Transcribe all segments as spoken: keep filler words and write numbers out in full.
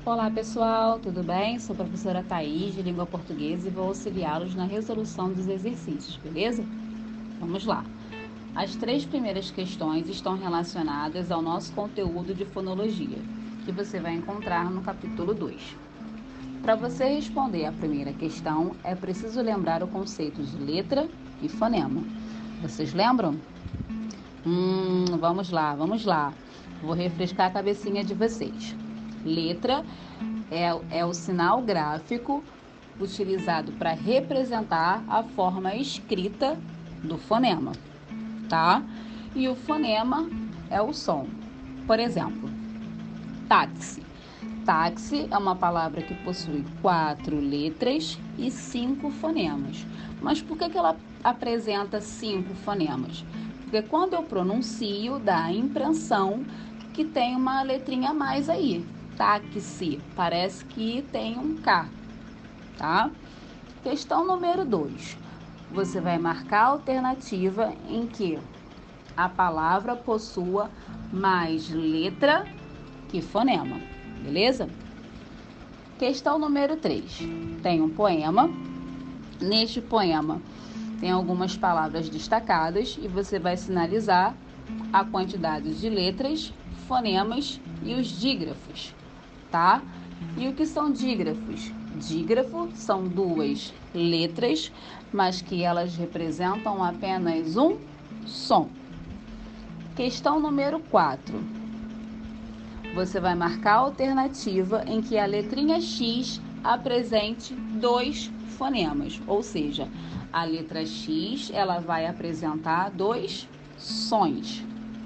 Olá pessoal, tudo bem? Sou a professora Thaís, de Língua Portuguesa, e vou auxiliá-los na resolução dos exercícios, beleza? Vamos lá. As três primeiras questões estão relacionadas ao nosso conteúdo de fonologia, que você vai encontrar no capítulo dois. Para você responder a primeira questão, é preciso lembrar o conceito de letra e fonema. Vocês lembram? Hum, vamos lá, vamos lá. Vou refrescar a cabecinha de vocês. Letra é, é o sinal gráfico utilizado para representar a forma escrita do fonema, tá? E o fonema é o som. Por exemplo, táxi. Táxi é uma palavra que possui quatro letras e cinco fonemas. Mas por que que ela apresenta cinco fonemas? Porque quando eu pronuncio, dá a impressão que tem uma letrinha a mais aí. Táxi, parece que tem um K, tá? Questão número dois. Você vai marcar a alternativa em que a palavra possua mais letra que fonema, beleza? Questão número três. Tem um poema. Neste poema tem algumas palavras destacadas e você vai sinalizar a quantidade de letras, fonemas e os dígrafos, tá? E o que são dígrafos? Dígrafo são duas letras, mas que elas representam apenas um som. Questão número quatro. Você vai marcar a alternativa em que a letrinha X apresente dois fonemas, ou seja, a letra X ela vai apresentar dois sons.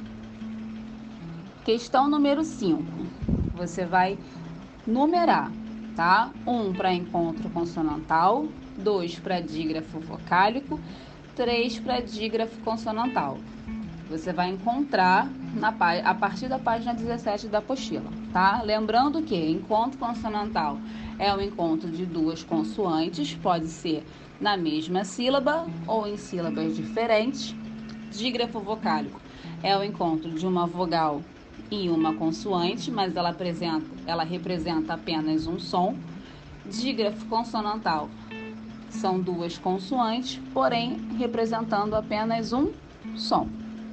Questão número cinco. Você vai numerar, tá? Um para encontro consonantal, dois para dígrafo vocálico, três para dígrafo consonantal. Você vai encontrar na, a partir da página dezessete da apostila, tá? Lembrando que encontro consonantal é o encontro de duas consoantes, pode ser na mesma sílaba ou em sílabas diferentes. Dígrafo vocálico é o encontro de uma vogal e uma consoante, mas ela, apresenta, ela representa apenas um som. Dígrafo consonantal são duas consoantes, porém representando apenas um som.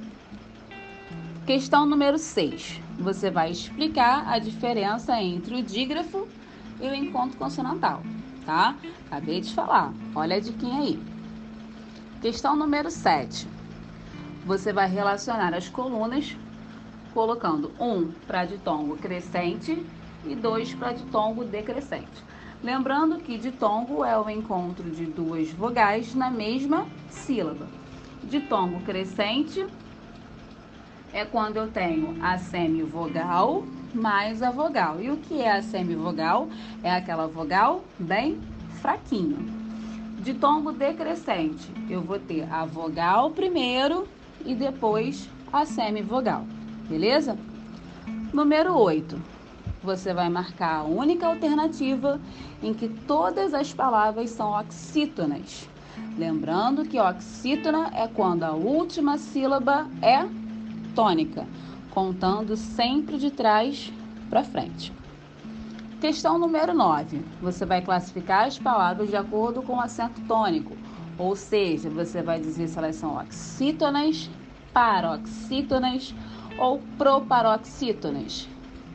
Questão número seis. Você vai explicar a diferença entre o dígrafo e o encontro consonantal, tá? Acabei de falar. Olha a diquinha aí. Questão número sete. Você vai relacionar as colunas colocando um para ditongo crescente e dois para ditongo decrescente. Lembrando que ditongo é o encontro de duas vogais na mesma sílaba. Ditongo crescente é quando eu tenho a semivogal mais a vogal. E o que é a semivogal? É aquela vogal bem fraquinha. Ditongo decrescente, eu vou ter a vogal primeiro e depois a semivogal. Beleza? Número oito. Você vai marcar a única alternativa em que todas as palavras são oxítonas. Lembrando que oxítona é quando a última sílaba é tônica, contando sempre de trás para frente. Questão número nove. Você vai classificar as palavras de acordo com o acento tônico, ou seja, você vai dizer se elas são oxítonas, paroxítonas ou proparoxítonas.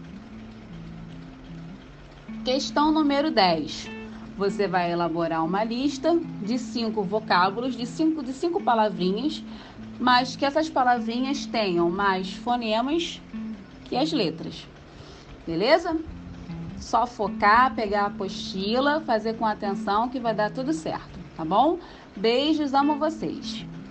Questão número dez. Você vai elaborar uma lista de cinco vocábulos, de cinco, de cinco palavrinhas, mas que essas palavrinhas tenham mais fonemas que as letras. Beleza? Só focar, pegar a apostila, fazer com atenção que vai dar tudo certo, tá bom? Beijos, amo vocês!